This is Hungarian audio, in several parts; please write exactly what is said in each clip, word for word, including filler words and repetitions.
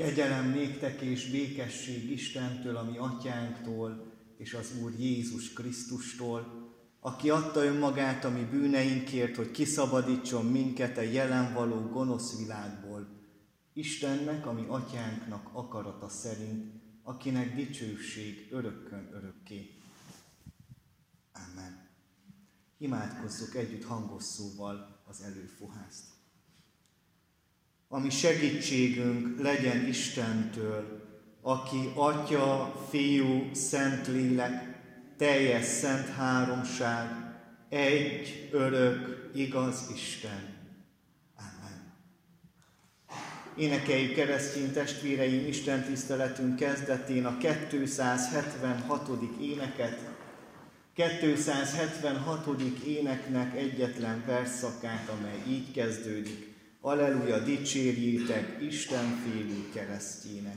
Kegyelem néktek és békesség Istentől, a mi atyánktól, és az Úr Jézus Krisztustól, aki adta önmagát a mi bűneinkért, hogy kiszabadítson minket a jelen való gonosz világból. Istennek, a mi atyánknak akarata szerint, akinek dicsőség örökkön örökké. Amen. Imádkozzuk együtt hangos szóval az előfohászt. Ami segítségünk legyen Istentől, aki Atya, Fiú, Szentlélek, teljes szent háromság, egy, örök, igaz Isten. Amen. Énekeljük keresztény testvéreim Isten tiszteletünk kezdetén a kétszázhetvenhatodik éneket, kétszázhetvenhatodik éneknek egyetlen versszakát, amely így kezdődik. Alleluja, dicsérjétek Istenfélő keresztjének.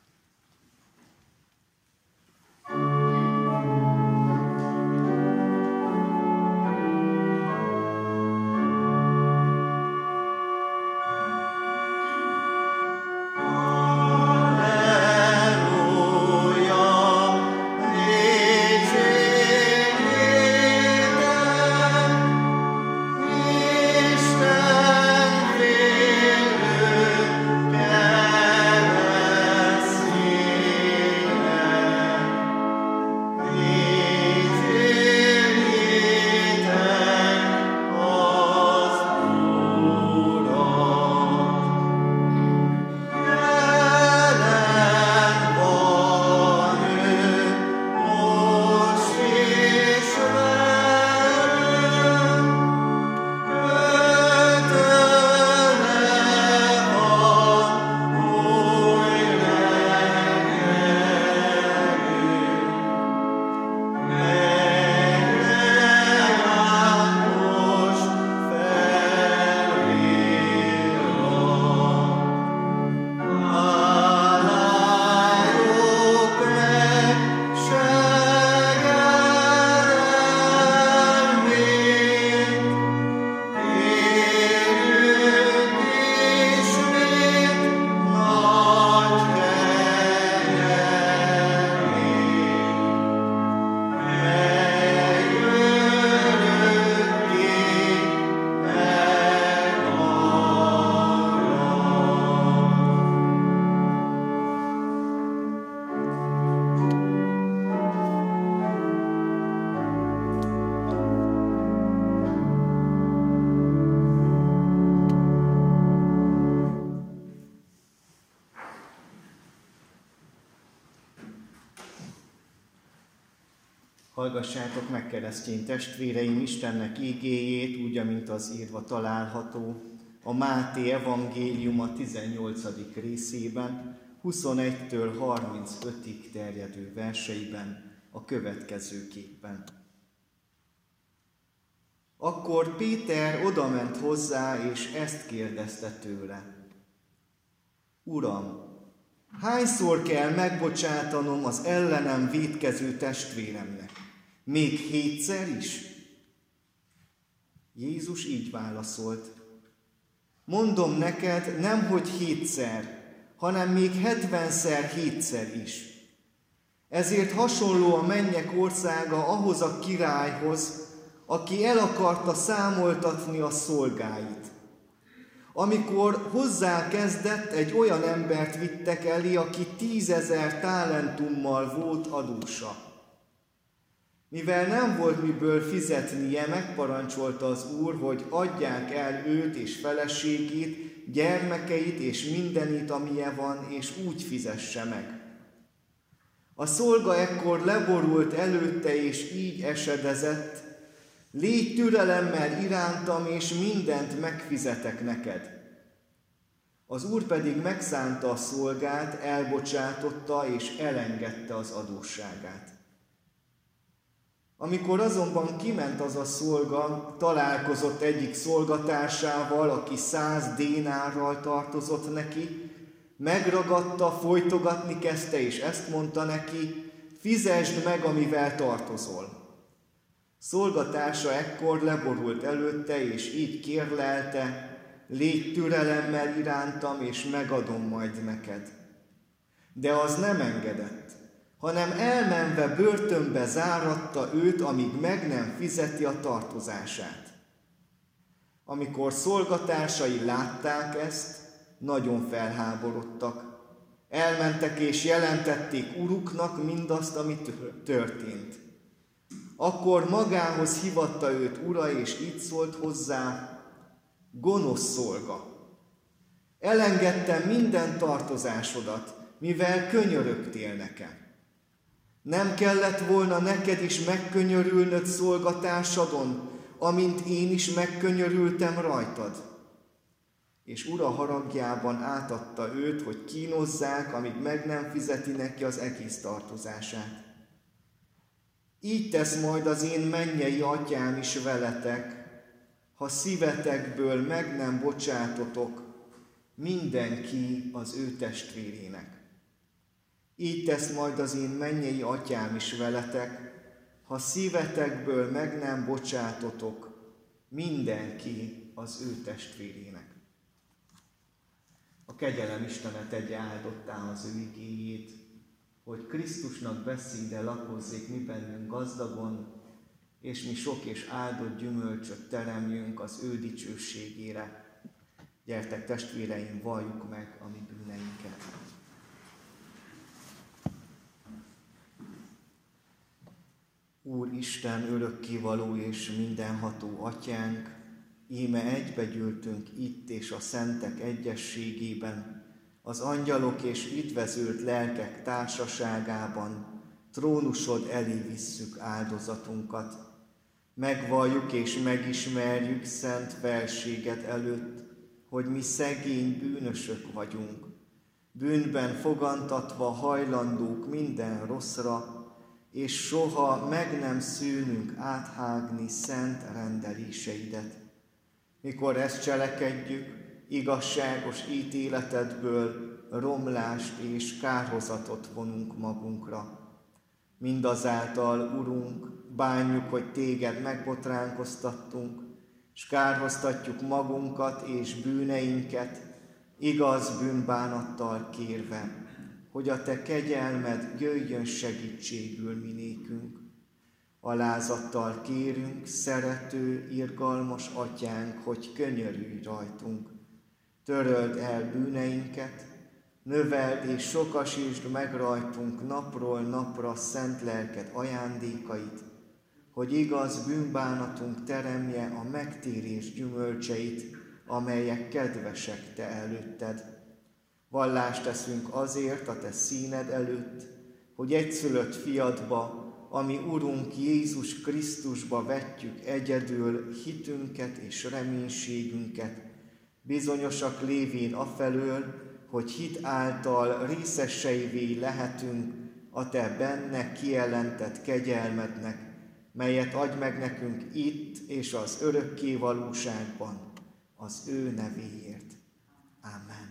Hallgassátok meg, keresztény testvéreim, Istennek igéjét, úgy, amint az írva található a Máté evangéliuma tizennyolcadik részében, huszonegytől harmincötig terjedő verseiben, a következőképpen. Akkor Péter odament hozzá, és ezt kérdezte tőle: Uram, hányszor kell megbocsátanom az ellenem vétkező testvéremnek? Még hétszer is? Jézus így válaszolt: Mondom neked, nem hogy hétszer, hanem még hetvenszer hétszer is. Ezért hasonló a mennyek országa ahhoz a királyhoz, aki el akarta számoltatni a szolgáit. Amikor hozzá kezdett, egy olyan embert vittek elé, aki tízezer talentummal volt adósa. Mivel nem volt miből fizetnie, megparancsolta az úr, hogy adják el őt és feleségét, gyermekeit és mindenit, amilyen van, és úgy fizesse meg. A szolga ekkor leborult előtte, és így esedezett: Légy türelemmel irántam, és mindent megfizetek neked. Az úr pedig megszánta a szolgát, elbocsátotta és elengedte az adósságát. Amikor azonban kiment az a szolga, találkozott egyik szolgatársával, aki száz dénárral tartozott neki, megragadta, folytogatni kezdte, és ezt mondta neki: Fizesd meg, amivel tartozol. Szolgatársa ekkor leborult előtte, és így kérlelte: Légy türelemmel irántam, és megadom majd neked. De az nem engedett, hanem elmenve börtönbe záratta őt, amíg meg nem fizeti a tartozását. Amikor szolgatársai látták ezt, nagyon felháborodtak. Elmentek és jelentették uruknak mindazt, ami történt. Akkor magához hívatta őt ura, és így szólt hozzá: gonosz szolga! Elengedtem minden tartozásodat, mivel könyörögtél nekem. Nem kellett volna neked is megkönyörülnöd szolgatársadon, amint én is megkönyörültem rajtad? És ura haragjában átadta őt, hogy kínozzák, amíg meg nem fizeti neki az egész tartozását. Így tesz majd az én mennyei atyám is veletek, ha szívetekből meg nem bocsátotok mindenki az ő testvérének. Így tesz majd az én mennyei atyám is veletek, ha szívetekből meg nem bocsátotok mindenki az ő testvérének. A kegyelem Istene tegye áldottá az ő igéjét, hogy Krisztusnak beszéde lakozzék mi bennünk gazdagon, és mi sok és áldott gyümölcsöt teremjünk az ő dicsőségére. Gyertek, testvéreim, valljuk meg a mi bűneinket. Úr Isten, örökkévaló és mindenható atyánk, íme egybegyűltünk itt és a szentek egyességében, az angyalok és üdvözölt lelkek társaságában trónusod elé visszük áldozatunkat. Megvalljuk és megismerjük szent felséged előtt, hogy mi szegény bűnösök vagyunk, bűnben fogantatva hajlandók minden rosszra, és soha meg nem szűnünk áthágni szent rendeléseidet. Mikor ezt cselekedjük, igazságos ítéletedből romlást és kárhozatot vonunk magunkra. Mindazáltal, Urunk, bánjuk, hogy téged megbotránkoztattunk, s kárhoztatjuk magunkat és bűneinket, igaz bűnbánattal kérve, hogy a te kegyelmed jöjjön segítségül mi nékünk. Alázattal kérünk, szerető, irgalmas atyánk, hogy könyörülj rajtunk. Töröld el bűneinket, növeld és sokasítsd meg rajtunk napról napra szent lelked ajándékait, hogy igaz bűnbánatunk teremje a megtérés gyümölcseit, amelyek kedvesek te előtted. Vallást teszünk azért a te színed előtt, hogy egyszülött fiadba, ami Urunk Jézus Krisztusba vetjük egyedül hitünket és reménységünket, bizonyosak lévén afelől, hogy hit által részeseivé lehetünk a te benne kijelentett kegyelmednek, melyet adj meg nekünk itt és az örökké valóságban, az ő nevéért. Amen.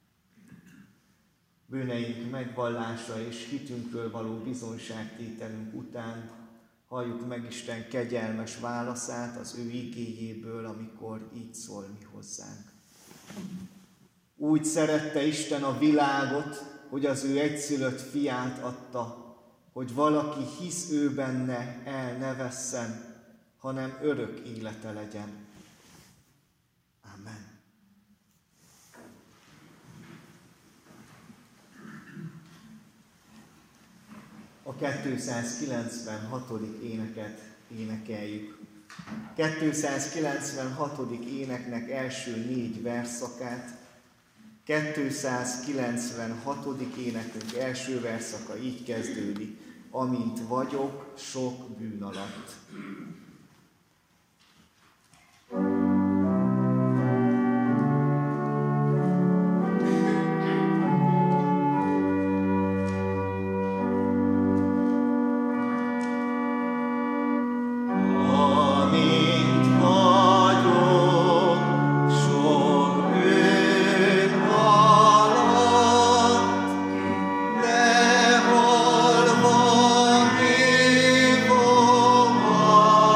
Bűneink megvallása és hitünkről való bizonyságtételünk után halljuk meg Isten kegyelmes válaszát az ő igéjéből, amikor így szól mi hozzánk. Úgy szerette Isten a világot, hogy az ő egyszülött fiát adta, hogy valaki hisz ő benne, el ne vesszen, hanem örök élete legyen. Amen. A kétszázkilencvenhatodik éneket énekeljük. kétszázkilencvenhatodik éneknek első négy verszakát. kétszázkilencvenhatodik énekünk első verszaka így kezdődik: amint vagyok sok bűn alatt. Oh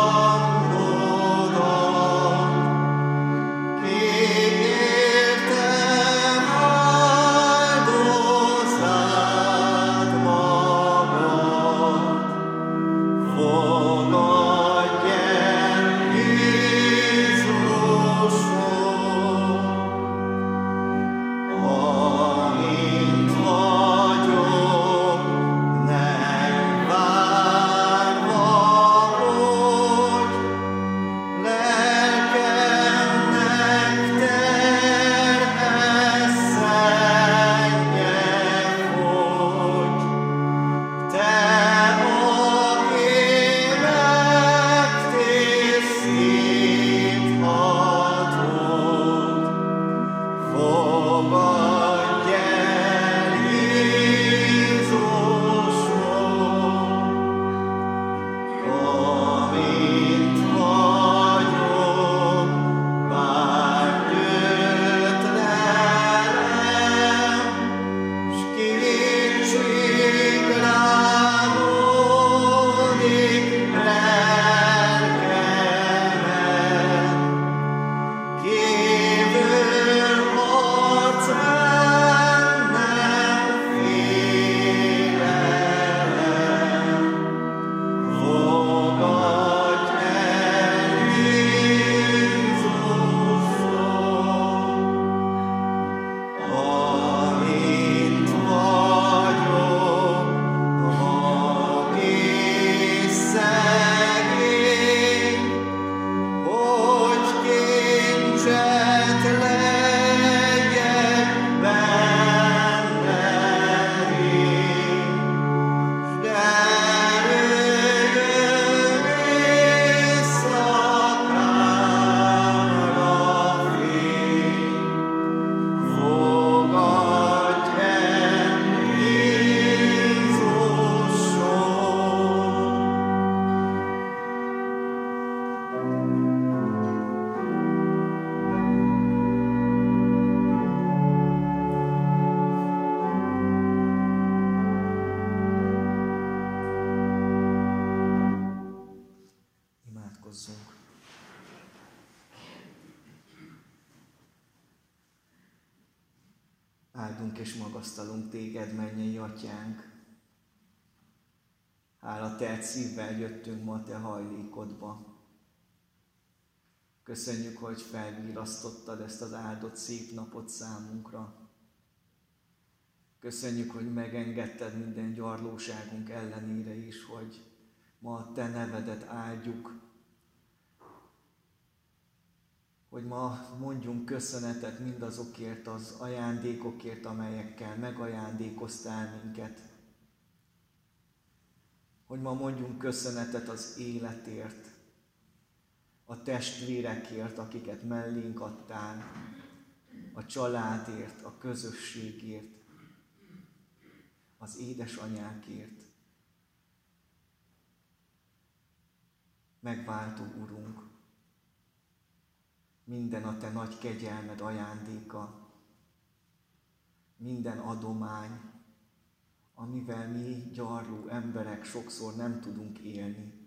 Áldunk és magasztalunk téged, mennyei atyánk. Hála telt szívvel jöttünk ma te hajlékodba. Köszönjük, hogy felvírasztottad ezt az áldott szép napot számunkra. Köszönjük, hogy megengedted minden gyarlóságunk ellenére is, hogy ma te nevedet áldjuk. Hogy ma mondjunk köszönetet mindazokért az ajándékokért, amelyekkel megajándékoztál minket. Hogy ma mondjunk köszönetet az életért, a testvérekért, akiket mellénk adtál, a családért, a közösségért, az édesanyákért. Megváltó Urunk, minden a te nagy kegyelmed ajándéka, minden adomány, amivel mi gyarló emberek sokszor nem tudunk élni.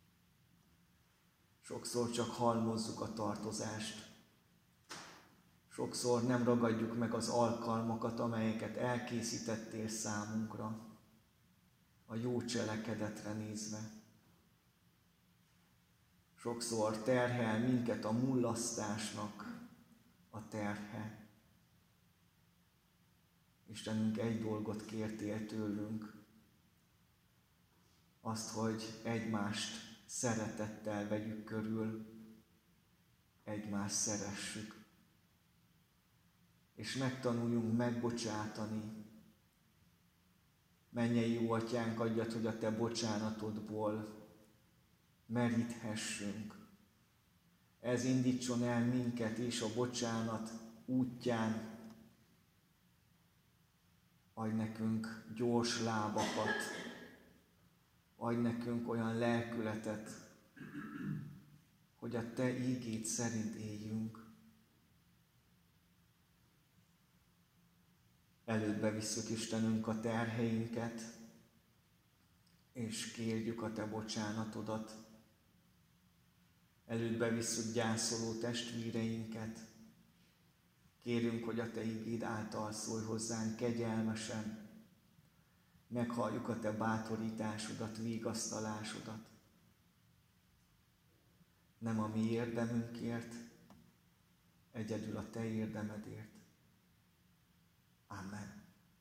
Sokszor csak halmozzuk a tartozást. Sokszor nem ragadjuk meg az alkalmakat, amelyeket elkészítettél számunkra, a jó cselekedetre nézve. Sokszor terhel minket a mullasztásnak a terhe. Istenünk, egy dolgot kértél tőlünk, azt, hogy egymást szeretettel vegyük körül, egymást szeressük, és megtanuljunk megbocsátani. Mennyei jó atyánk, adjad, hogy a te bocsánatodból meríthessünk. Ez indítson el minket is a bocsánat útján. Adj nekünk gyors lábakat, adj nekünk olyan lelkületet, hogy a te ígéd szerint éljünk. Elődbe visszük, Istenünk, a terheinket, és kérjük a te bocsánatodat. Elődbe visszük gyászoló testvéreinket. Kérünk, hogy a te ígéd által szólj hozzánk kegyelmesen. Meghalljuk a te bátorításodat, vigasztalásodat. Nem a mi érdemünkért, egyedül a te érdemedért. Amen.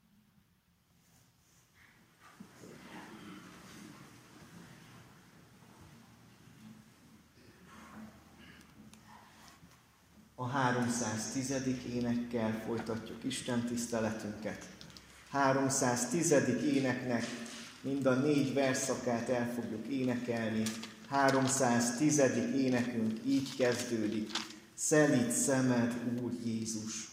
A háromszáztízedik énekkel folytatjuk Isten tiszteletünket. háromszáztízedik éneknek mind a négy versszakát el fogjuk énekelni. háromszáztízedik énekünk így kezdődik. Szelíd szemed, Úr Jézus!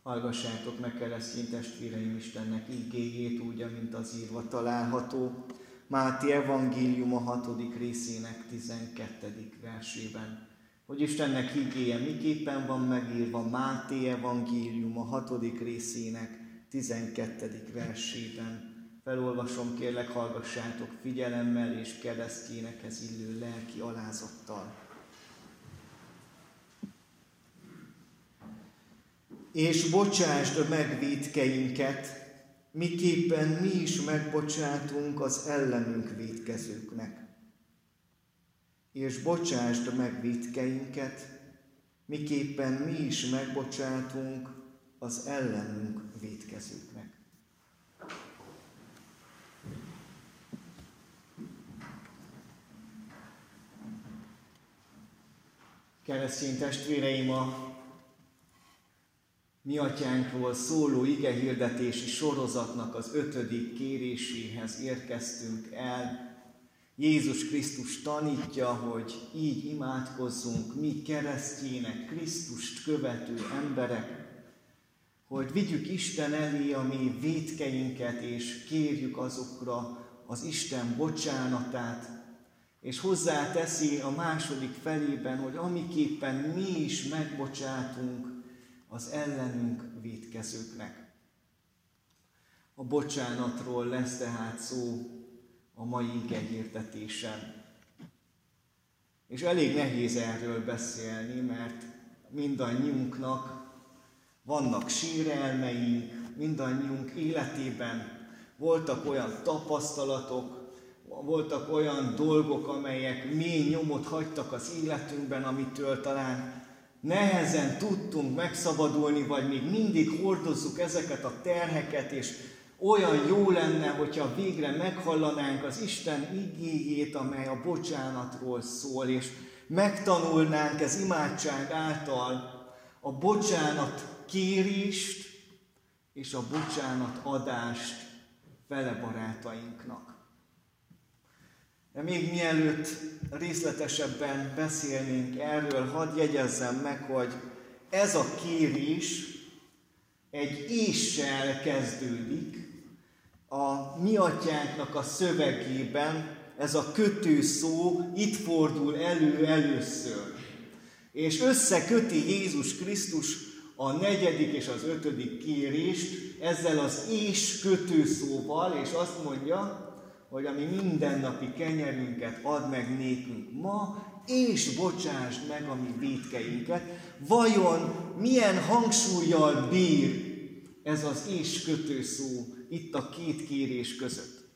Hallgassátok meg, keresztény testvéreim, Istennek igéjét, úgy, amint az írva található. Máté evangélium a hatodik részének tizenkettedik versében. Hogy Istennek igéje miképpen van megírva Máté evangélium a hatodik részének tizenkettedik versében. Felolvasom, kérlek, hallgassátok figyelemmel és keresztjénekhez illő lelki alázattal. És bocsásd meg vétkeinket, miképpen mi is megbocsátunk az ellenünk vétkezőknek. És bocsásd meg vétkeinket, miképpen mi is megbocsátunk az ellenünk vétkezőknek. Keresztény testvéreim, a Mi Atyánkról szóló igehirdetési sorozatnak az ötödik kéréséhez érkeztünk el. Jézus Krisztus tanítja, hogy így imádkozzunk mi keresztjének, Krisztust követő emberek, hogy vigyük Isten elé a mi vétkeinket, és kérjük azokra az Isten bocsánatát, és hozzáteszi a második felében, hogy amiképpen mi is megbocsátunk az ellenünk vétkezőknek. A bocsánatról lesz tehát szó a mai igehirdetésen. És elég nehéz erről beszélni, mert mindannyiunknak vannak sérelmeink, mindannyiunk életében voltak olyan tapasztalatok, voltak olyan dolgok, amelyek mély nyomot hagytak az életünkben, amitől talán nehezen tudtunk megszabadulni, vagy még mindig hordozzuk ezeket a terheket, és olyan jó lenne, hogyha végre meghallanánk az Isten igéjét, amely a bocsánatról szól, és megtanulnánk ez imádság által a bocsánat kérést és a bocsánat adást vele barátainknak. De még mielőtt részletesebben beszélnénk erről, hadd jegyezzem meg, hogy ez a kérés egy éssel kezdődik. A Mi Atyánknak a szövegében ez a kötőszó itt fordul elő először. És összeköti Jézus Krisztus a negyedik és az ötödik kérést ezzel az és kötőszóval, és azt mondja, hogy ami mindennapi kenyerünket add meg nékünk ma, és bocsásd meg a mi vétkeinket. Vajon milyen hangsúllyal bír ez az és kötőszó itt a két kérés között?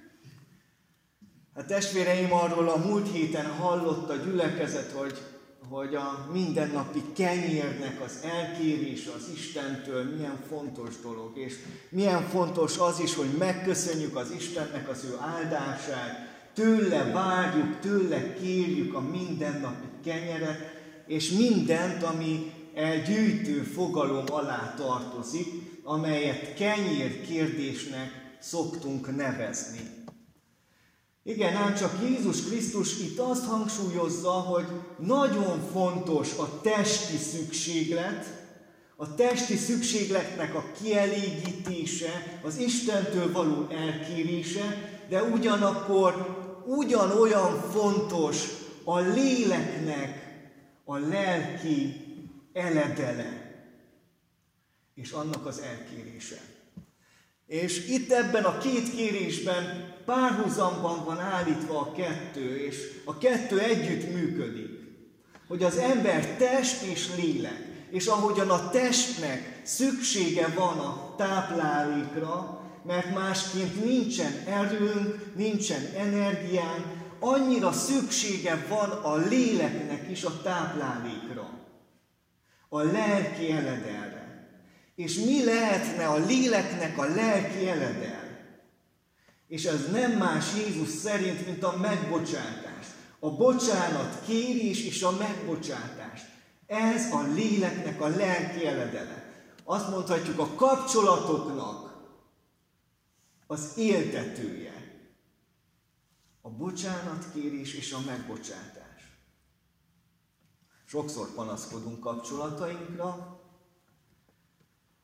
Hát testvéreim, arról a múlt héten hallott a gyülekezet, hogy, hogy a mindennapi kenyérnek az elkérése az Istentől milyen fontos dolog, és milyen fontos az is, hogy megköszönjük az Istennek az ő áldását, tőle várjuk, tőle kérjük a mindennapi kenyeret, és mindent, ami gyűjtő fogalom alá tartozik, amelyet kenyér kérdésnek szoktunk nevezni. Igen, ám csak Jézus Krisztus itt azt hangsúlyozza, hogy nagyon fontos a testi szükséglet, a testi szükségletnek a kielégítése, az Istentől való elkérése, de ugyanakkor ugyanolyan fontos a léleknek a lelki eledele és annak az elkérése. És itt ebben a két kérésben párhuzamban van állítva a kettő, és a kettő együtt működik. Hogy az ember test és lélek, és ahogyan a testnek szüksége van a táplálékra, mert másként nincsen erőnk, nincsen energiánk, annyira szüksége van a léleknek is a táplálékra, a lelki eledelre. És mi lehetne a léleknek a lelki eledel? És ez nem más Jézus szerint, mint a megbocsátás. A bocsánat kérés és a megbocsátás. Ez a léleknek a lelki eledele. Azt mondhatjuk, a kapcsolatoknak az éltetője. A bocsánatkérés és a megbocsátás. Sokszor panaszkodunk kapcsolatainkra,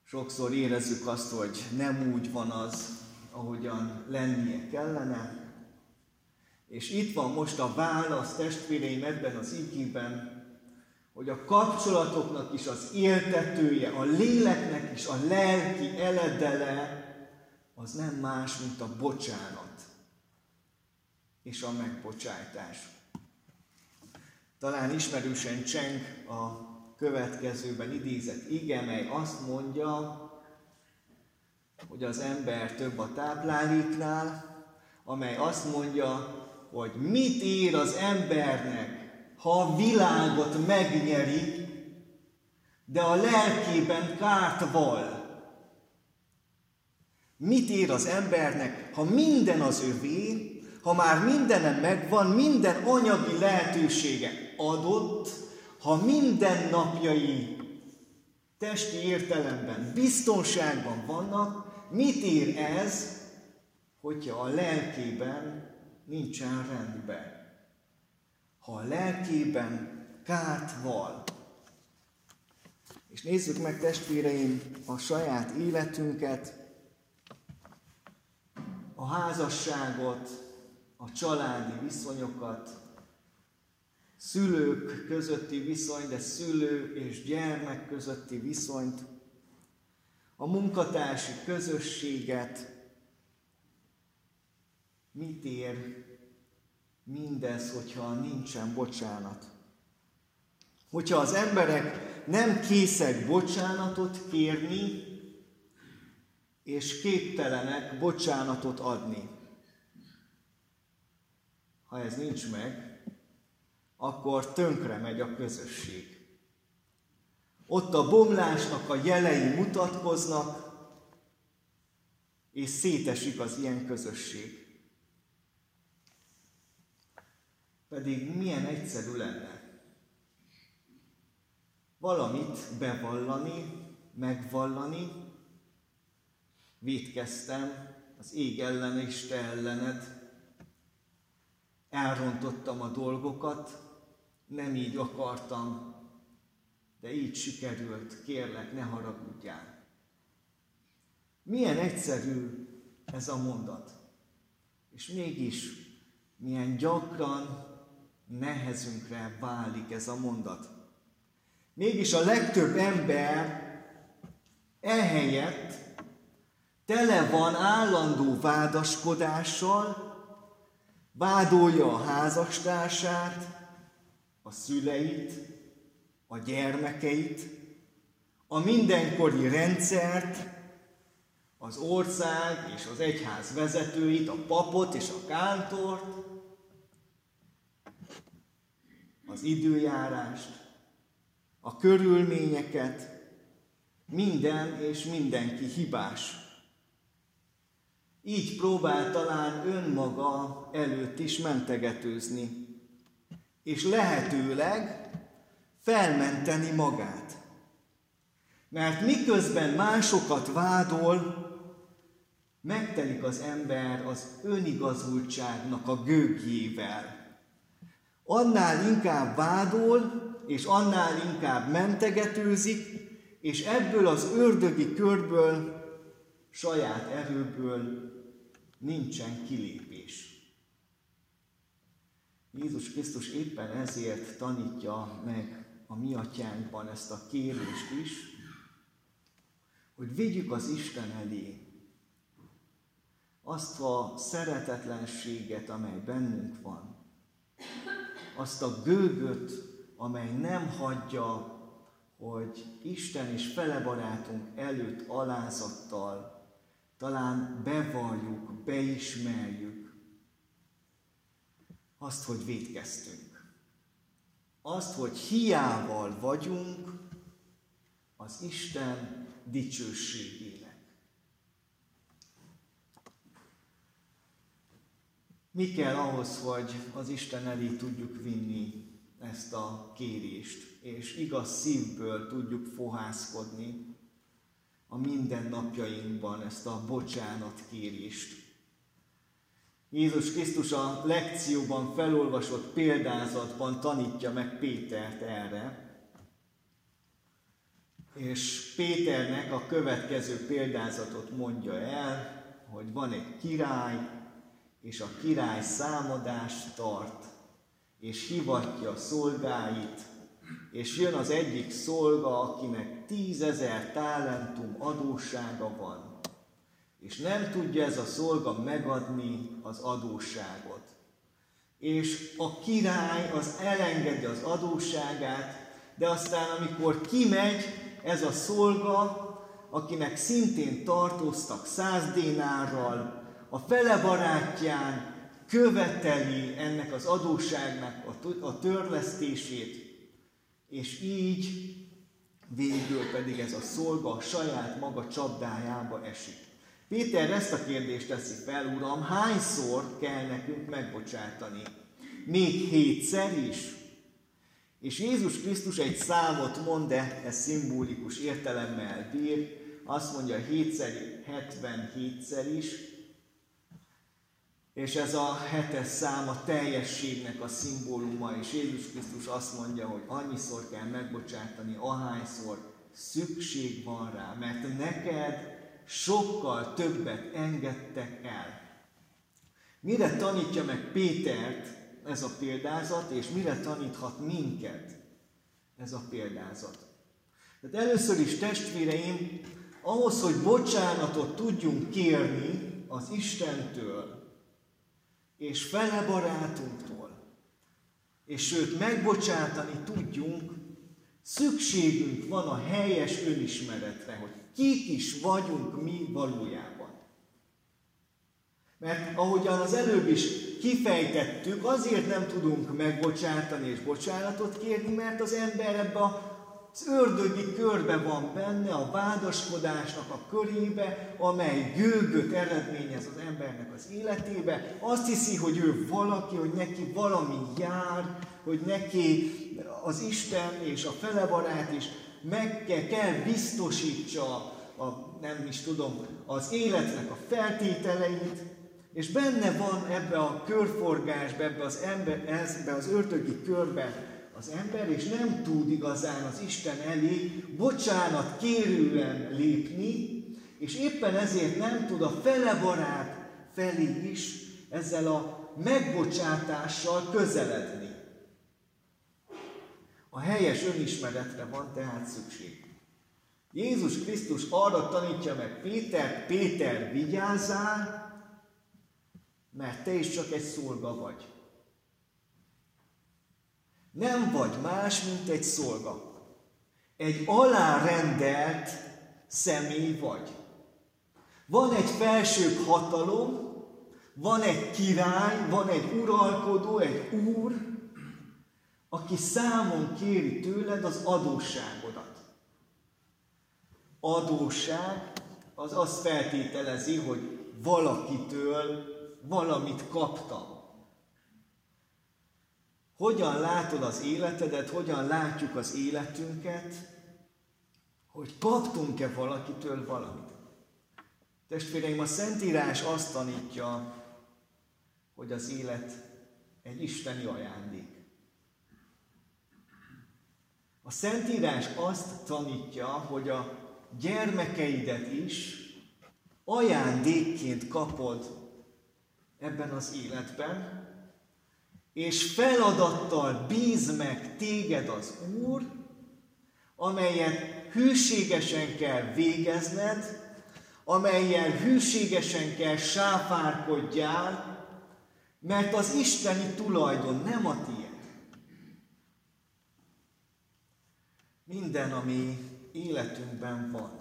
Sokszor érezzük azt, hogy nem úgy van az, ahogyan lennie kellene. És itt van most a válasz, testvéreim, ebben az igében, hogy a kapcsolatoknak is az éltetője, a léleknek is a lelki eledele, az nem más, mint a bocsánat és a megbocsájtás. Talán ismerősen cseng a következőben idézett ige, mely azt mondja, hogy az ember több a tápláléknál, amely azt mondja, hogy mit ér az embernek, ha a világot megnyeri, de a lelkében kárt val. Mit ér az embernek, ha minden az övé, ha már mindenem megvan, minden anyagi lehetősége adott, ha minden napjai testi értelemben, biztonságban vannak, mit ér ez, hogyha a lelkében nincsen rendben? Ha a lelkében kárt val. És nézzük meg, testvéreim, a saját életünket, a házasságot, a családi viszonyokat, szülők közötti viszony, de szülő és gyermek közötti viszonyt, a munkatársi közösséget. Mit ér mindez, hogyha nincsen bocsánat? Hogyha az emberek nem készek bocsánatot kérni, és képtelenek bocsánatot adni. Ha ez nincs meg, akkor tönkre megy a közösség. Ott a bomlásnak a jelei mutatkoznak, és szétesik az ilyen közösség. Pedig milyen egyszerű lenne valamit bevallani, megvallani. Vétkeztem az ég ellen és te ellened, elrontottam a dolgokat, nem így akartam, de így sikerült, kérlek, ne haragudjál. Milyen egyszerű ez a mondat, és mégis milyen gyakran nehezünkre válik ez a mondat. Mégis a legtöbb ember ehelyett tele van állandó vádaskodással, vádolja a házastársát, a szüleit, a gyermekeit, a mindenkori rendszert, az ország és az egyház vezetőit, a papot és a kántort, az időjárást, a körülményeket, minden és mindenki hibás. Így próbál talán önmaga előtt is mentegetőzni, és lehetőleg felmenteni magát. Mert miközben másokat vádol, megtelik az ember az önigazultságnak a gőgjével. Annál inkább vádol, és annál inkább mentegetőzik, és ebből az ördögi körből, saját erőből nincsen kilépés. Jézus Krisztus éppen ezért tanítja meg a mi atyánkban ezt a kérést is, hogy vigyük az Isten elé azt a szeretetlenséget, amely bennünk van, azt a gőgöt, amely nem hagyja, hogy Isten és felebarátunk előtt alázattal talán bevalljuk, beismerjük azt, hogy vétkeztünk. Azt, hogy hiával vagyunk az Isten dicsőségének. Mi kell ahhoz, hogy az Isten elé tudjuk vinni ezt a kérést, és igaz szívből tudjuk fohászkodni a mindennapjainkban ezt a bocsánatkérést. Jézus Krisztus a lekcióban felolvasott példázatban tanítja meg Pétert erre, És Péternek a következő példázatot mondja el, hogy van egy király, és a király számadást tart, és hivatja a szolgáit, és jön az egyik szolga, akinek tízezer talentum adóssága van, és nem tudja ez a szolga megadni az adósságot. És a király az elengedi az adósságát, de aztán amikor kimegy ez a szolga, akinek szintén tartoztak száz dénárral, a fele barátján követeli ennek az adósságnak a törlesztését, és így végül pedig ez a szolga a saját maga csapdájába esik. Péter ezt a kérdést teszi fel: Uram, hányszor kell nekünk megbocsátani? Még hétszer is? És Jézus Krisztus egy számot mond, de ez szimbolikus értelemmel bír. Azt mondja, hétszer, hetvenhétszer is. És ez a hetes szám a teljességnek a szimbóluma, és Jézus Krisztus azt mondja, hogy annyiszor kell megbocsátani, ahányszor szükség van rá, mert neked sokkal többet engedtek el. Mire tanítja meg Pétert ez a példázat, és mire taníthat minket ez a példázat? Tehát először is, testvéreim, ahhoz, hogy bocsánatot tudjunk kérni az Istentől, és fele barátunktól, és sőt megbocsátani tudjunk, szükségünk van a helyes önismeretre, hogy kik is vagyunk mi valójában. Mert ahogyan az előbb is kifejtettük, azért nem tudunk megbocsátani és bocsánatot kérni, mert az ember ebbe az ördögi körbe van benne, a vádaskodásnak a körébe, amely gőgöt eredményez az embernek az életébe. Azt hiszi, hogy ő valaki, hogy neki valami jár, hogy neki az Isten és a felebarát is meg kell, kell biztosítsa a, nem is tudom, az életnek a feltételeit, és benne van ebbe a körforgásba, ebbe az, ember, ebbe az ördögi körbe az ember, és nem tud igazán az Isten elé bocsánat kérően lépni, és éppen ezért nem tud a felebarát felé is ezzel a megbocsátással közeledni. A helyes önismeretre van tehát szükség. Jézus Krisztus arra tanítja meg Pétert: Péter, vigyázzál, mert te is csak egy szolga vagy. Nem vagy más, mint egy szolga. Egy alárendelt személy vagy. Van egy felsőbb hatalom, van egy király, van egy uralkodó, egy úr, aki számon kéri tőled az adósságodat. Adósság az azt feltételezi, hogy valakitől valamit kaptam. Hogyan látod az életedet, hogyan látjuk az életünket, hogy kaptunk-e valakitől valamit? Testvéreim, a Szentírás azt tanítja, hogy az élet egy isteni ajándék. A Szentírás azt tanítja, hogy a gyermekeidet is ajándékként kapod ebben az életben, és feladattal bíz meg téged az Úr, amelyet hűségesen kell végezned, amellyel hűségesen kell sáfárkodjál, mert az isteni tulajdon nem a tiéd. Minden, ami életünkben van,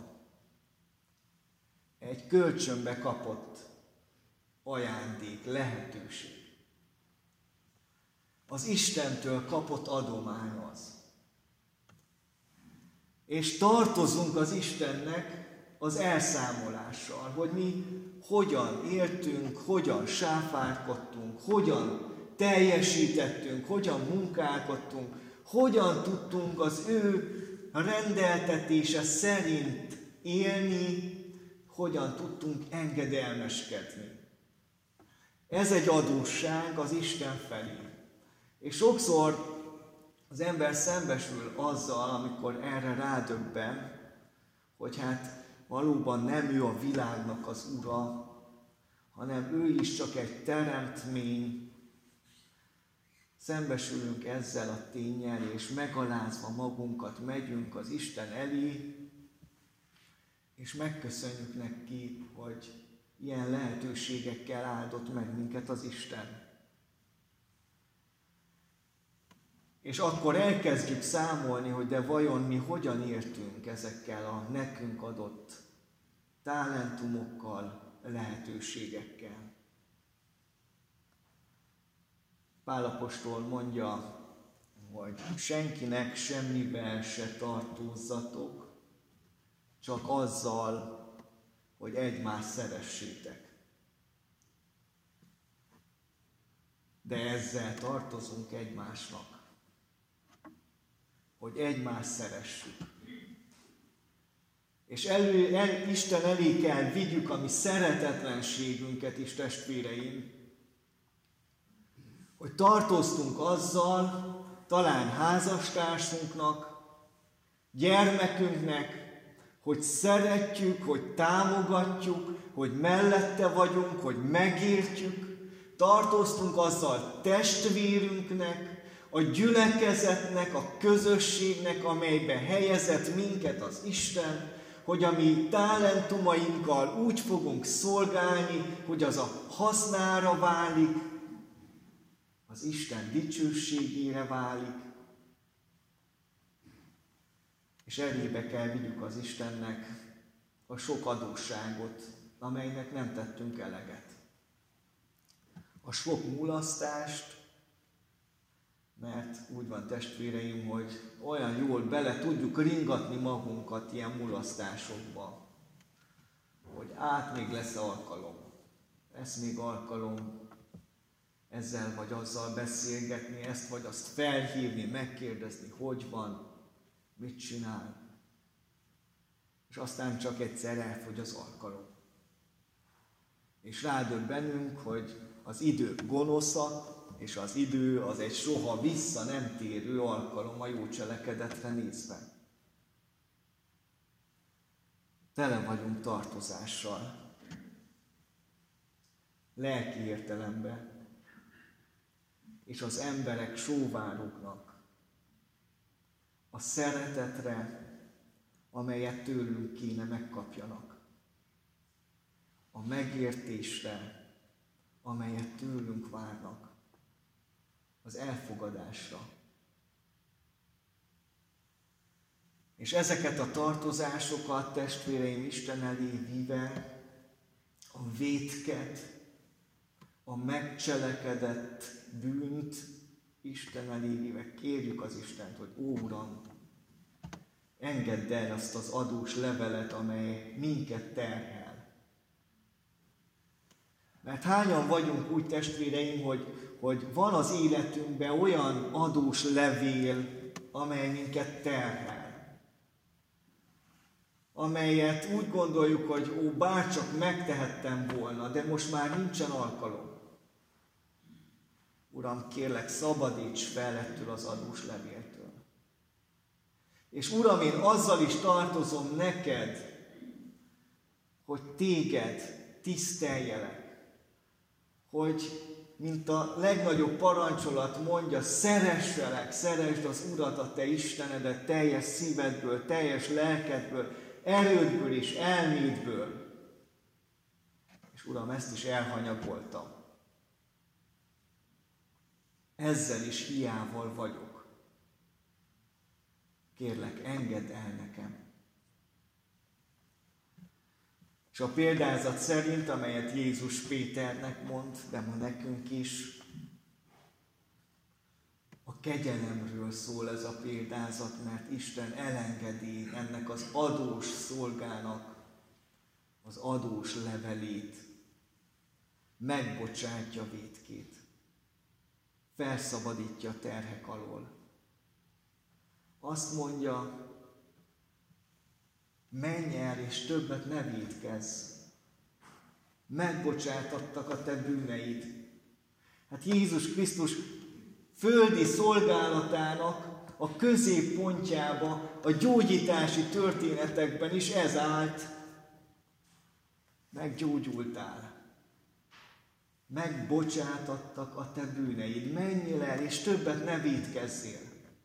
egy kölcsönbe kapott ajándék, lehetőség. Az Istentől kapott adomány az. És tartozunk az Istennek az elszámolással, hogy mi hogyan éltünk, hogyan sáfárkodtunk, hogyan teljesítettünk, hogyan munkálkodtunk, hogyan tudtunk az ő rendeltetése szerint élni, hogyan tudtunk engedelmeskedni. Ez egy adósság az Isten felé. És sokszor az ember szembesül azzal, amikor erre rádöbben, hogy hát valóban nem ő a világnak az ura, hanem ő is csak egy teremtmény. Szembesülünk ezzel a ténnyel, és megalázva magunkat megyünk az Isten elé, és megköszönjük neki, hogy ilyen lehetőségekkel áldott meg minket az Isten. És akkor elkezdjük számolni, hogy de vajon mi hogyan értünk ezekkel a nekünk adott talentumokkal, lehetőségekkel. Pál apostol mondja, hogy senkinek semmivel se tartózzatok, csak azzal, hogy egymást szeressétek. De ezzel tartozunk egymásnak, hogy egymást szeressük. És elő, el, Isten elé kell vigyük a mi szeretetlenségünket is, testvéreim, hogy tartoztunk azzal, talán házastársunknak, gyermekünknek, hogy szeretjük, hogy támogatjuk, hogy mellette vagyunk, hogy megértjük, tartoztunk azzal testvérünknek, a gyülekezetnek, a közösségnek, amelybe helyezett minket az Isten, hogy a mi talentumainkkal úgy fogunk szolgálni, hogy az a hasznára válik, az Isten dicsőségére válik, és elébe kell vigyük az Istennek a sok adósságot, amelynek nem tettünk eleget. A sok mulasztást, mert úgy van, testvéreim, hogy olyan jól bele tudjuk ringatni magunkat ilyen mulasztásokba, hogy át még lesz alkalom, lesz még alkalom ezzel vagy azzal beszélgetni, ezt vagy azt felhívni, megkérdezni, hogy van, mit csinál. És aztán csak egyszer elfogy az alkalom. És rádöbbenünk, hogy az idők gonoszak, és az idő az egy soha vissza nem térő alkalom a jó cselekedetre nézve. Tele vagyunk tartozással, lelki értelemben, és az emberek sóvárognak a szeretetre, amelyet tőlünk kéne megkapjanak, a megértésre, amelyet tőlünk várnak, az elfogadásra. És ezeket a tartozásokat, testvéreim, Isten elé víve, a vétket, a megcselekedett bűnt Isten elé víve kérjük az Istent, hogy ó, Uram, engedd el azt az adós levelet, amely minket terhel. Mert hányan vagyunk úgy, testvéreim, hogy, hogy van az életünkben olyan adós levél, amely minket terhel. Amelyet úgy gondoljuk, hogy ó, bárcsak megtehettem volna, de most már nincsen alkalom. Uram, kérlek, szabadíts fel ettől az adós levéltől. És Uram, én azzal is tartozom neked, hogy téged tiszteljelek. Hogy, mint a legnagyobb parancsolat mondja, szeresselek, szeresd az Urat, a te Istenedet teljes szívedből, teljes lelkedből, erődből és elmédből. És Uram, ezt is elhanyagoltam. Ezzel is hiával vagyok. Kérlek, engedd el nekem. És a példázat szerint, amelyet Jézus Péternek mond, de ma nekünk is, a kegyelemről szól ez a példázat, mert Isten elengedi ennek az adós szolgának az adós levelét, megbocsátja vétkét, felszabadítja terhek alól. Azt mondja, menj el, és többet ne vétkezz. Megbocsátattak a te bűneid. Hát Jézus Krisztus földi szolgálatának a középpontjába, a gyógyítási történetekben is ez állt. Meggyógyultál. Megbocsátattak a te bűneid. Menjél el, és többet ne vétkezzél.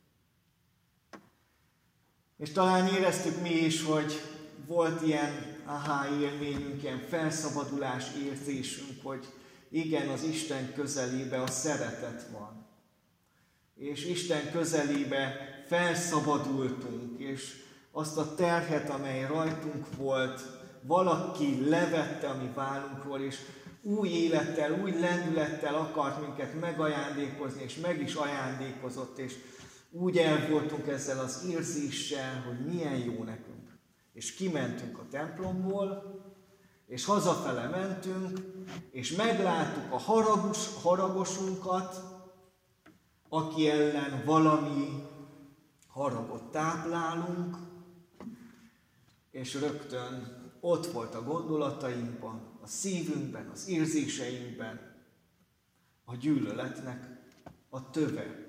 És talán éreztük mi is, hogy volt ilyen aha élményünk, ilyen felszabadulás érzésünk, hogy igen, az Isten közelébe a szeretet van. És Isten közelébe felszabadultunk, és azt a terhet, amely rajtunk volt, valaki levette a mi vállunkról, és új élettel, új lendülettel akart minket megajándékozni, és meg is ajándékozott, és úgy el voltunk ezzel az érzéssel, hogy milyen jó nekünk. És kimentünk a templomból, és hazafele mentünk, és megláttuk a haragos, haragosunkat, aki ellen valami haragot táplálunk, és rögtön ott volt a gondolatainkban, a szívünkben, az érzéseinkben a gyűlöletnek a töve.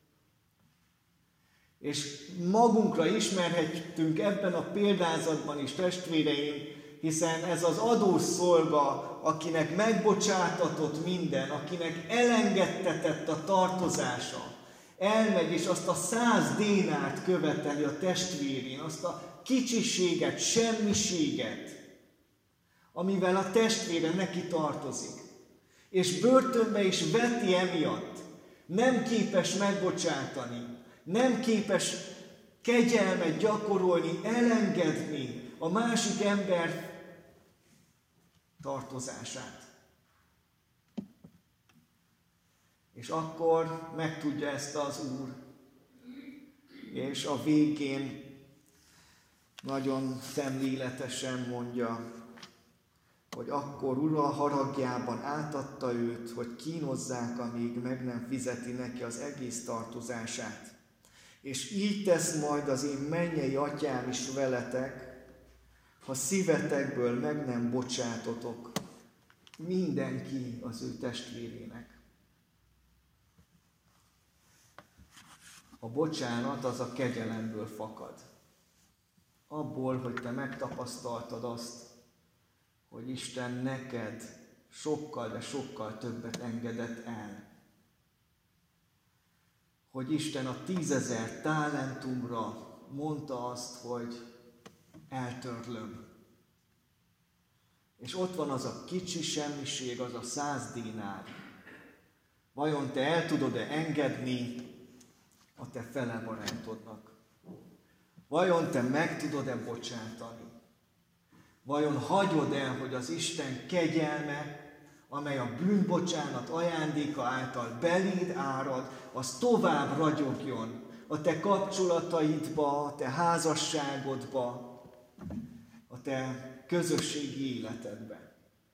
És magunkra ismerhetünk ebben a példázatban is, testvéreim, hiszen ez az adószolga, akinek megbocsátatott minden, akinek elengedtetett a tartozása, elmegy és azt a száz dénárt követeli a testvérén, azt a kicsiséget, semmiséget, amivel a testvére neki tartozik. És börtönbe is veti emiatt. Nem képes megbocsátani, nem képes kegyelmet gyakorolni, elengedni a másik ember tartozását. És akkor megtudja ezt az Úr, és a végén nagyon szemléletesen mondja, hogy akkor Ura haragjában átadta őt, hogy kínozzák, amíg meg nem fizeti neki az egész tartozását. És így tesz majd az én mennyei atyám is veletek, ha szívetekből meg nem bocsátotok mindenki az ő testvérének. A bocsánat az a kegyelemből fakad. Abból, hogy te megtapasztaltad azt, hogy Isten neked sokkal, de sokkal többet engedett el. Hogy Isten a tízezer talentumra mondta azt, hogy eltörlöm. És ott van az a kicsi semmiség, az a száz dinár. Vajon te el tudod-e engedni a te fele barátodnak? Vajon te meg tudod-e bocsátani? Vajon hagyod el, hogy az Isten kegyelme, amely a bűnbocsánat ajándéka által beléd árad, az tovább ragyogjon a te kapcsolataidba, a te házasságodba, a te közösségi életedben.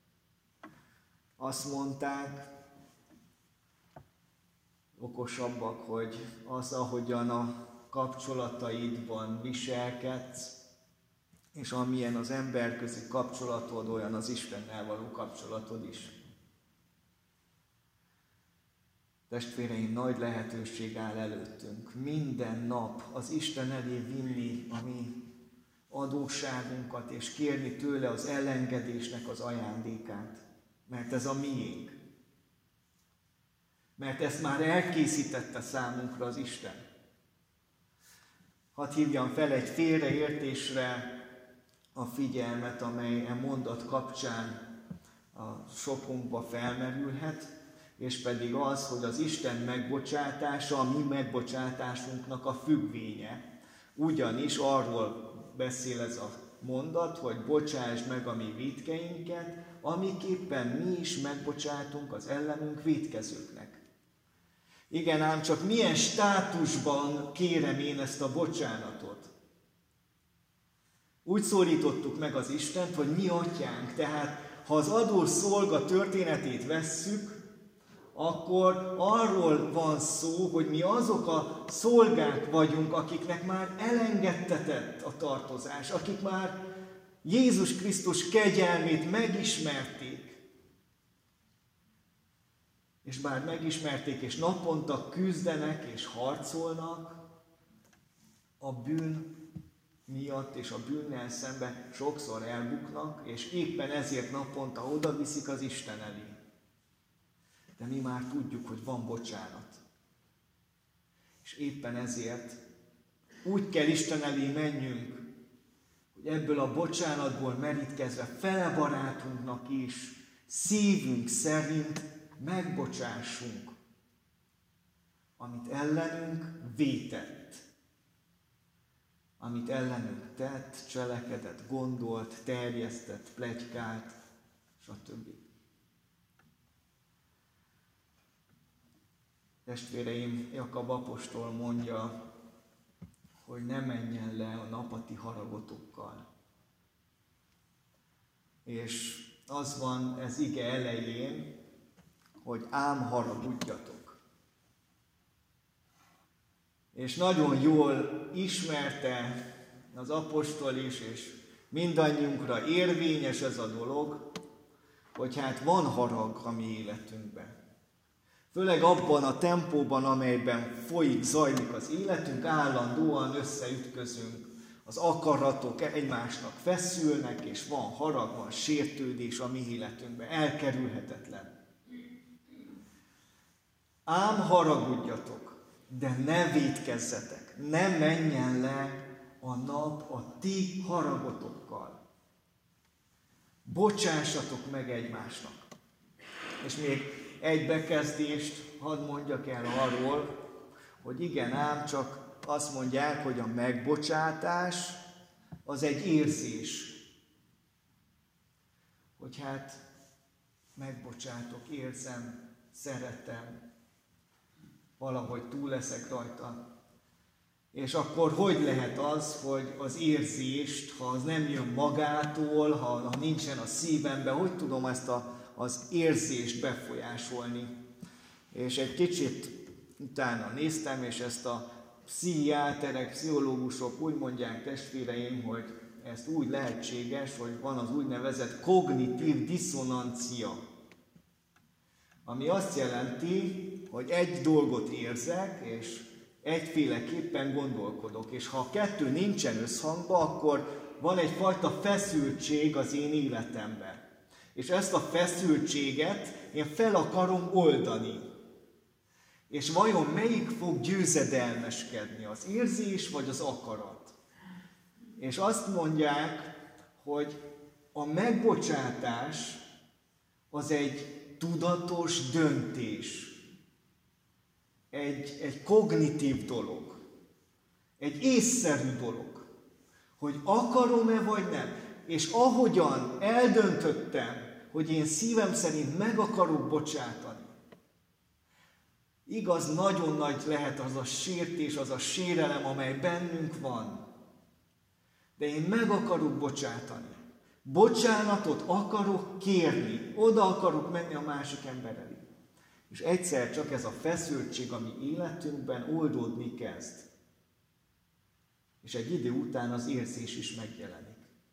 Azt mondták okosabbak, hogy az, ahogyan a kapcsolataidban viselkedsz, és amilyen az emberközi kapcsolatod, olyan az Istennel való kapcsolatod is. Testvéreim, nagy lehetőség áll előttünk. Minden nap az Isten elé vinni a mi adósságunkat, és kérni tőle az elengedésnek az ajándékát. Mert ez a miénk. Mert ezt már elkészítette számunkra az Isten. Hadd hívjam fel egy félreértésre a figyelmet, amely e mondat kapcsán a sokunkba felmerülhet, és pedig az, hogy az Isten megbocsátása a mi megbocsátásunknak a függvénye. Ugyanis arról beszél ez a mondat, hogy bocsásd meg a mi vétkeinket, amiképpen mi is megbocsátunk az ellenünk vétkezőknek. Igen, ám csak milyen státusban kérem én ezt a bocsánatot? Úgy szólítottuk meg az Istent, hogy mi atyánk, tehát ha az adó szolga történetét vesszük, akkor arról van szó, hogy mi azok a szolgák vagyunk, akiknek már elengedtetett a tartozás, akik már Jézus Krisztus kegyelmét megismerték. És bár megismerték, és naponta küzdenek és harcolnak, a bűn miatt és a bűnnel szemben sokszor elbuknak, és éppen ezért naponta oda viszik az Isten elé. De mi már tudjuk, hogy van bocsánat. És éppen ezért úgy kell Isten elé menjünk, hogy ebből a bocsánatból merítkezve fele barátunknak is szívünk szerint megbocsássunk, amit ellenünk vétett, amit ellenünk tett, cselekedett, gondolt, terjesztett, pletykált, stb. Testvéreim, Jakab apostol mondja, hogy ne menjen le a nap a ti haragotokkal. És az van ez ige elején, hogy ám haragudjatok. És nagyon jól ismerte az apostol is, és mindannyiunkra érvényes ez a dolog, hogy hát van harag a mi életünkben. Főleg abban a tempóban, amelyben folyik, zajlik az életünk, állandóan összeütközünk, az akaratok egymásnak feszülnek, és van harag, van sértődés a mi életünkben, elkerülhetetlen. Ám haragudjatok, de ne vétkezzetek, ne menjen le a nap a ti haragotokkal. Bocsássatok meg egymásnak. És még egy bekezdést hadd mondjak el arról, hogy igen ám, csak azt mondják, hogy a megbocsátás az egy érzés. Hogy hát megbocsátok, érzem, szeretem, valahogy túl leszek rajta. És akkor hogy lehet az, hogy az érzést, ha az nem jön magától, ha, ha nincsen a szívemben, hogy tudom ezt a az érzést befolyásolni. És egy kicsit utána néztem, és ezt a pszichiáterek, pszichológusok úgy mondják, testvéreim, hogy ezt úgy lehetséges, hogy van az úgynevezett kognitív diszonancia, ami azt jelenti, hogy egy dolgot érzek, és egyféleképpen gondolkodok. És ha a kettő nincsen összhangban, akkor van egyfajta feszültség az én életemben. És ezt a feszültséget én fel akarom oldani. És vajon melyik fog győzedelmeskedni, az érzés vagy az akarat? És azt mondják, hogy a megbocsátás az egy tudatos döntés, egy, egy kognitív dolog, egy észszerű dolog, hogy akarom-e vagy nem. És ahogyan eldöntöttem, hogy én szívem szerint meg akarok bocsátani, igaz, nagyon nagy lehet az a sértés, az a sérelem, amely bennünk van, de én meg akarok bocsátani. Bocsánatot akarok kérni, oda akarok menni a másik ember elé. És egyszer csak ez a feszültség, ami életünkben oldódni kezd. És egy idő után az érzés is megjelenik.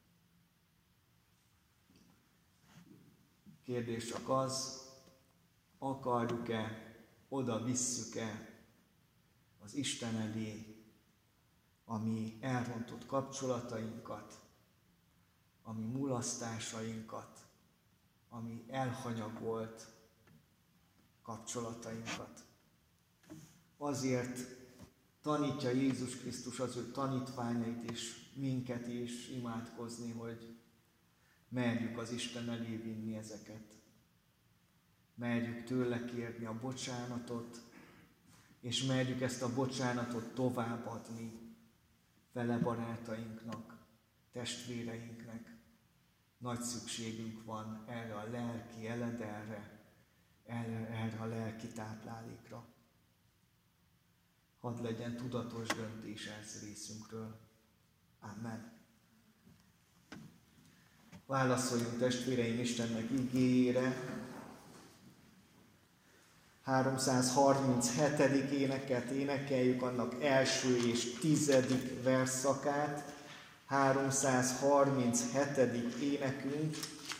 Kérdés csak az, akarjuk-e, oda visszük-e az Isten elé a mi elrontott kapcsolatainkat, a mi mulasztásainkat, a mi elhanyagolt kapcsolatainkat. Azért tanítja Jézus Krisztus az ő tanítványait is, minket is imádkozni, hogy merjük az Isten elé vinni ezeket. Merjük tőle kérni a bocsánatot, és merjük ezt a bocsánatot továbbadni vele barátainknak, testvéreinknek. Nagy szükségünk van erre a lelki eledelre, erre, erre a lelki táplálékra. Hadd legyen tudatos döntés ez részünkről. Amen. Válaszoljunk, testvéreim, Istennek igéjére. háromszázharminchetedik éneket énekeljük, annak első és tizedik versszakát. háromszázharminchetedik énekünk.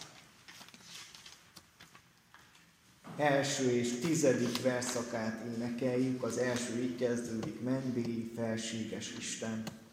Első és tizedik versszakát énekeljük. Az első így kezdődik: Mennybéli felséges Isten.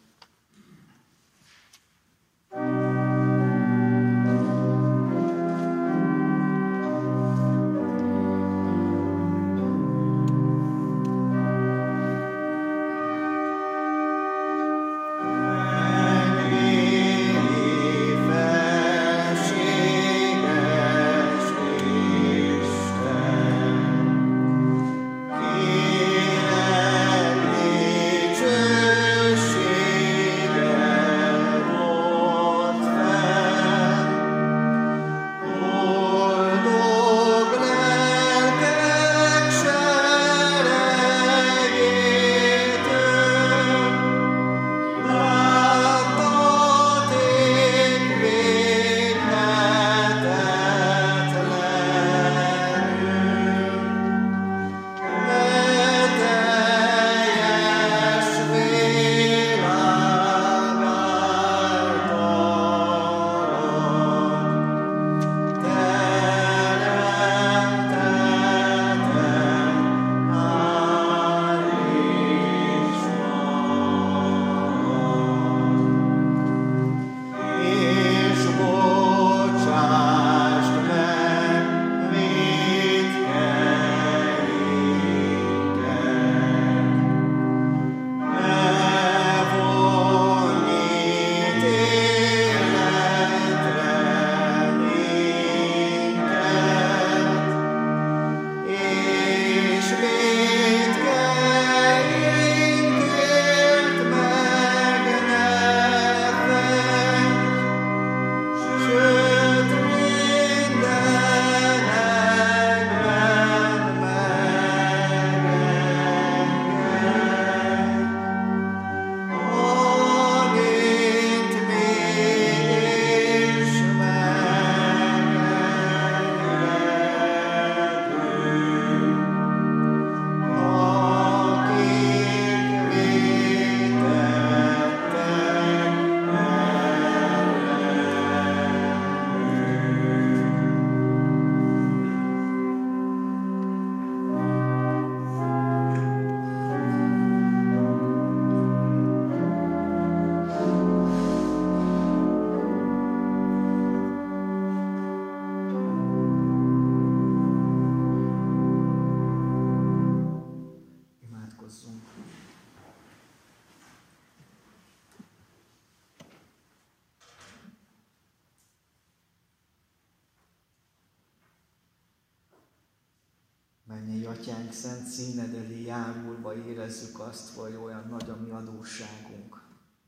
Mennyei Atyánk, szent színed elé járulva érezzük azt, hogy olyan nagy a mi adósságunk.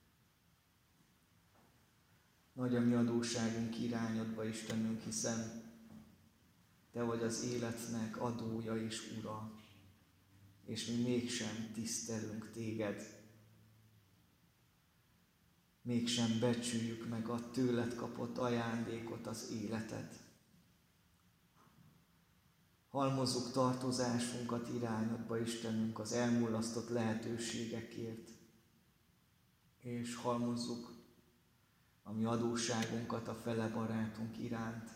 Nagy a mi adósságunk irányodba, Istenünk, hiszen Te vagy az életnek adója és ura, és mi mégsem tisztelünk Téged. Mégsem becsüljük meg a tőled kapott ajándékot, az életet. Halmozzuk tartozásunkat irányodba, Istenünk, az elmulasztott lehetőségekért, és halmozzuk a mi adósságunkat a fele barátunk iránt,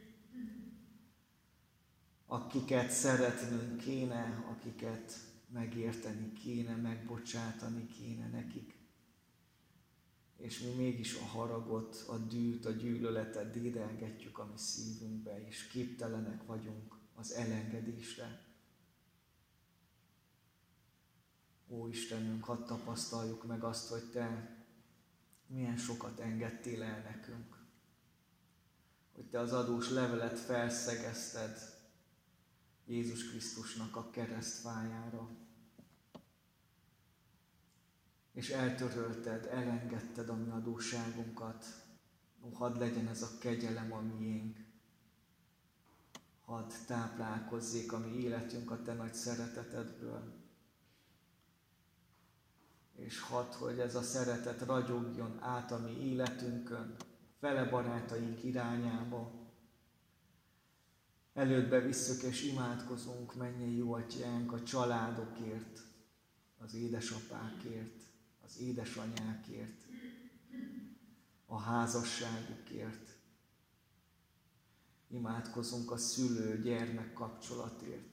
akiket szeretnünk kéne, akiket megérteni kéne, megbocsátani kéne nekik. És mi mégis a haragot, a dűt, a gyűlöletet dédelgetjük a mi szívünkbe, és képtelenek vagyunk az elengedésre. Ó Istenünk, hadd tapasztaljuk meg azt, hogy Te milyen sokat engedtél el nekünk. Hogy Te az adós levelet felszegezted Jézus Krisztusnak a keresztfájára. És eltörölted, elengedted a mi adósságunkat. Ó, hadd legyen ez a kegyelem a miénk. Hadd táplálkozzék a mi életünk a Te nagy szeretetedből. És hadd, hogy ez a szeretet ragyogjon át a mi életünkön, fele barátaink irányába. Elődbe visszük és imádkozunk, mennyei jó Atyánk, a családokért, az édesapákért, az édesanyákért, a házasságukért. Imádkozunk a szülő-gyermek kapcsolatért.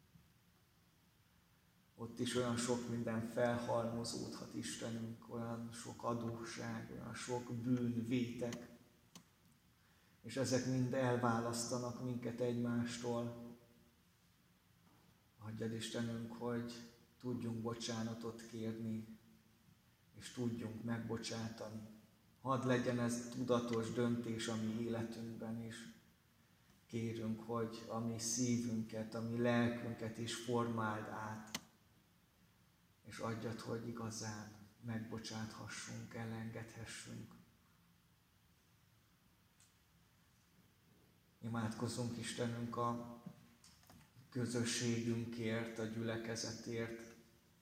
Ott is olyan sok minden felhalmozódhat, Istenünk, olyan sok adósság, olyan sok bűn, vétek, és ezek mind elválasztanak minket egymástól. Adjad, Istenünk, hogy tudjunk bocsánatot kérni, és tudjunk megbocsátani. Hadd legyen ez tudatos döntés a mi életünkben is. Kérünk, hogy a mi szívünket, a mi lelkünket is formáld át, és adjad, hogy igazán megbocsáthassunk, elengedhessünk. Imádkozzunk, Istenünk, a közösségünkért, a gyülekezetért,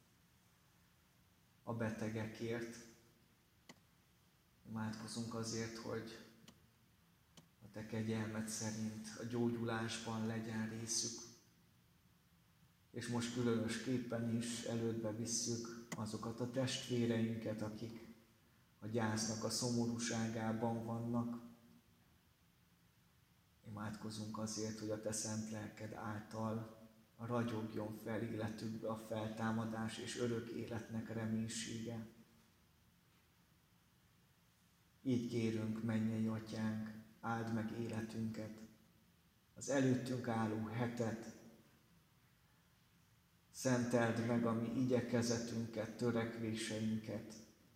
a betegekért. Imádkozunk azért, hogy a Te kegyelmed szerint a gyógyulásban legyen részük. És most különösképpen is elődbe visszük azokat a testvéreinket, akik a gyásznak a szomorúságában vannak. Imádkozunk azért, hogy a Te szent lelked által ragyogjon fel életükbe a feltámadás és örök életnek reménysége. Így kérünk, mennyei Atyánk, áld meg életünket, az előttünk álló hetet, szenteld meg a mi igyekezetünket, törekvéseinket.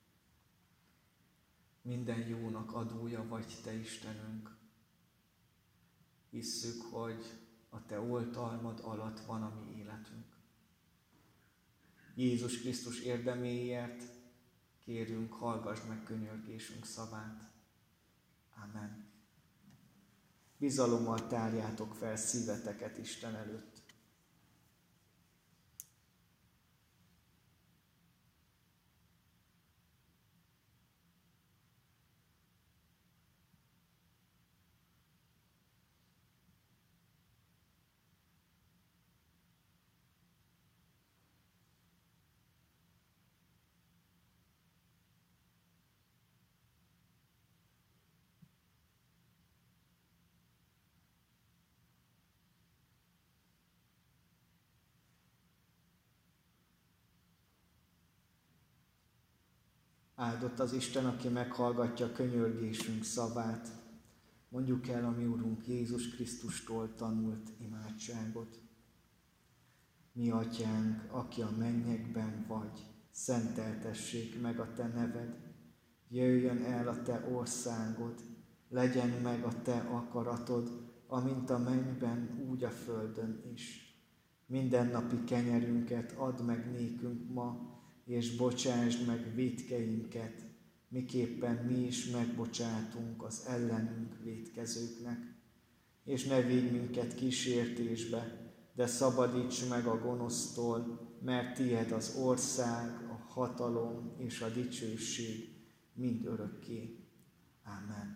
Minden jónak adója vagy Te, Istenünk. Hisszük, hogy a Te oltalmad alatt van a mi életünk. Jézus Krisztus érdeméért kérünk, hallgass meg könyörgésünk szavát. Amen. Bizalommal tárjátok fel szíveteket Isten előtt. Áldott az Isten, aki meghallgatja könyörgésünk szavát. Mondjuk el a mi Urunk Jézus Krisztustól tanult imádságot. Mi Atyánk, aki a mennyekben vagy, szenteltessék meg a Te neved. Jöjjön el a Te országod, legyen meg a Te akaratod, amint a mennyben, úgy a földön is. mindennapi kenyerünket add meg nékünk ma, és bocsásd meg vétkeinket, miképpen mi is megbocsátunk az ellenünk vétkezőknek. És ne védj minket kísértésbe, de szabadíts meg a gonosztól, mert tied az ország, a hatalom és a dicsőség mind örökké. Ámen.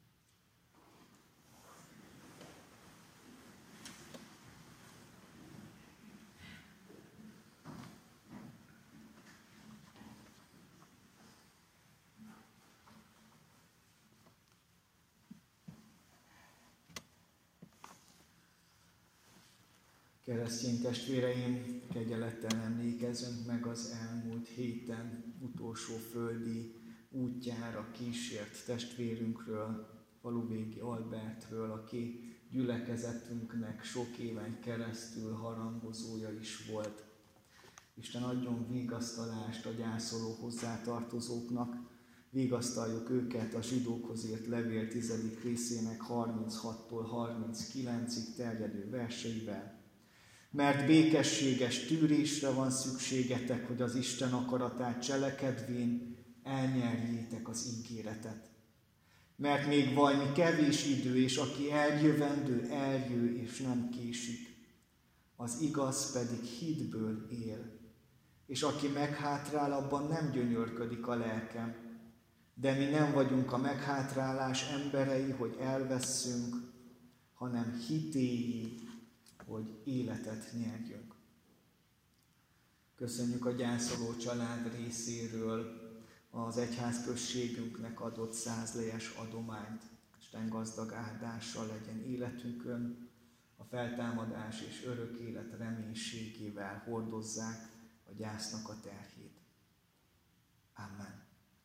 Keresztény testvéreim, kegyelettel emlékezünk meg az elmúlt héten utolsó földi útjára kísért testvérünkről, Faluvégi Albertről, aki gyülekezetünknek sok éven keresztül harangozója is volt. Isten adjon vigasztalást a gyászoló hozzátartozóknak, vigasztaljuk őket a zsidókhoz írt levél tizedik részének harminchattól harminckilencig terjedő verseivel. Mert békességes tűrésre van szükségetek, hogy az Isten akaratát cselekedvén elnyerjétek az ígéretet. Mert még valami kevés idő, és aki eljövendő, eljő és nem késik. Az igaz pedig hitből él, és aki meghátrál, abban nem gyönyörködik a lelkem. De mi nem vagyunk a meghátrálás emberei, hogy elvesszünk, hanem hitéi, hogy életet nyerjünk. Köszönjük a gyászoló család részéről az egyházközségünknek adott százlejes adományt. Isten gazdag áldással legyen életünkön, a feltámadás és örök élet reménységével hordozzák a gyásznak a terhét. Amen.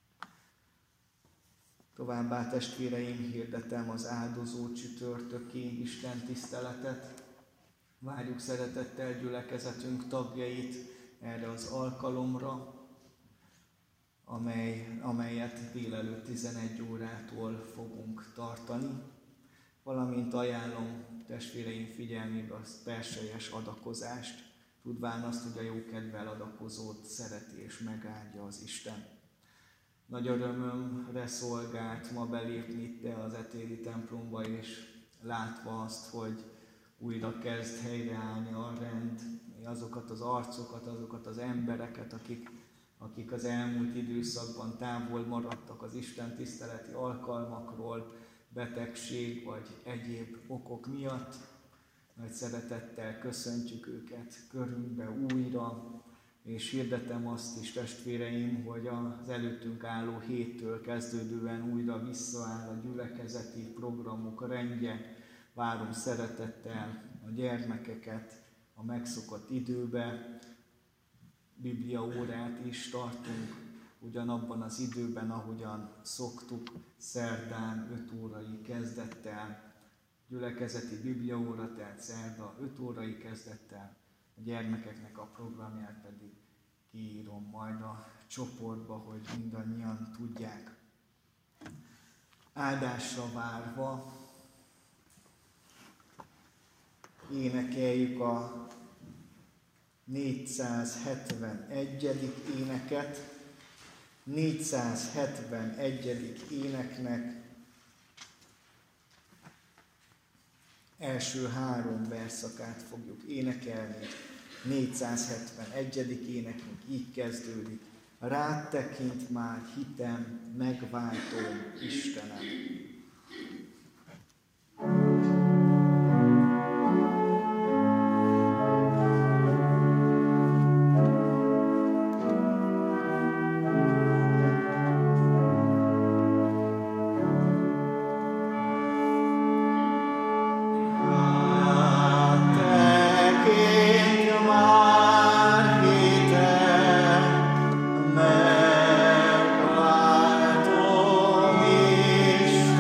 Továbbá testvéreim, hirdetem az áldozó csütörtöki Isten tiszteletet. Várjuk szeretettel gyülekezetünk tagjait erre az alkalomra, amely, amelyet délelőtt tizenegy órától fogunk tartani, valamint ajánlom testvéreim figyelmébe a perselyes adakozást, tudván azt, hogy a jókedvel adakozót szereti és megáldja az Isten. Nagy örömömre szolgált ma belépni itt az etéri templomba, és látva azt, hogy újra kezd helyreállni a rend, azokat az arcokat, azokat az embereket, akik, akik az elmúlt időszakban távol maradtak az Isten tiszteleti alkalmakról, betegség vagy egyéb okok miatt. Nagy szeretettel köszöntjük őket körünkbe újra, és hirdetem azt is, testvéreim, hogy az előttünk álló héttől kezdődően újra visszaáll a gyülekezeti programok rendje. Várom szeretettel a gyermekeket a megszokott időbe. Biblia órát is tartunk ugyanabban az időben, ahogyan szoktuk, szerdán öt órai kezdettel. Gyülekezeti Biblia óra, tehát szerda öt órai kezdettel. A gyermekeknek a programját pedig kiírom majd a csoportba, hogy mindannyian tudják. Áldásra várva énekeljük a négyszázhetvenegyedik éneket. négyszázhetvenegyedik éneknek első három verszakát fogjuk énekelni. négyszázhetvenegyedik énekünk így kezdődik. Rád tekint már hitem, megváltóm Istenem. Megváltóm Istenem.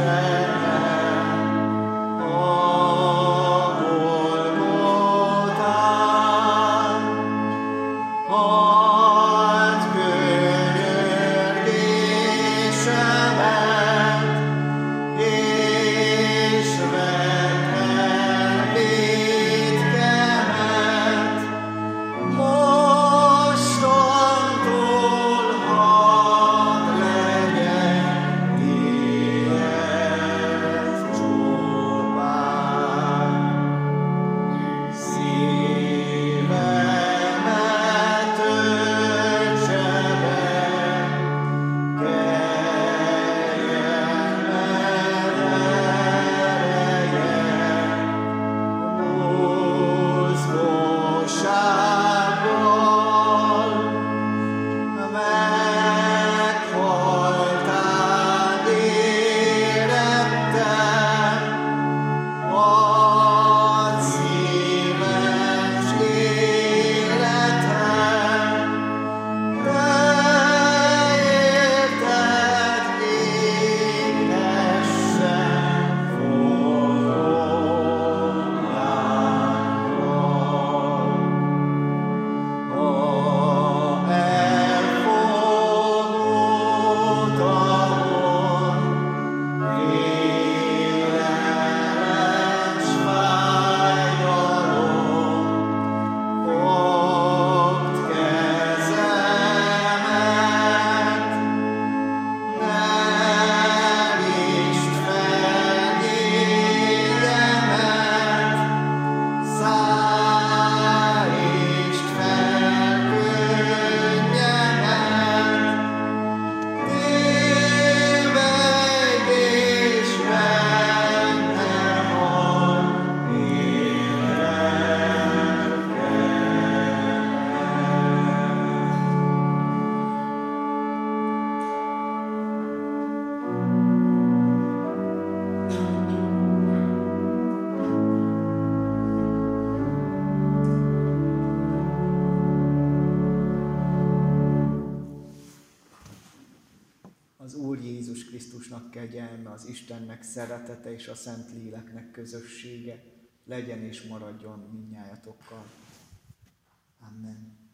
Krisztusnak kegyelme, az Istennek szeretete és a Szent Léleknek közössége legyen és maradjon mindnyájatokkal. Amen.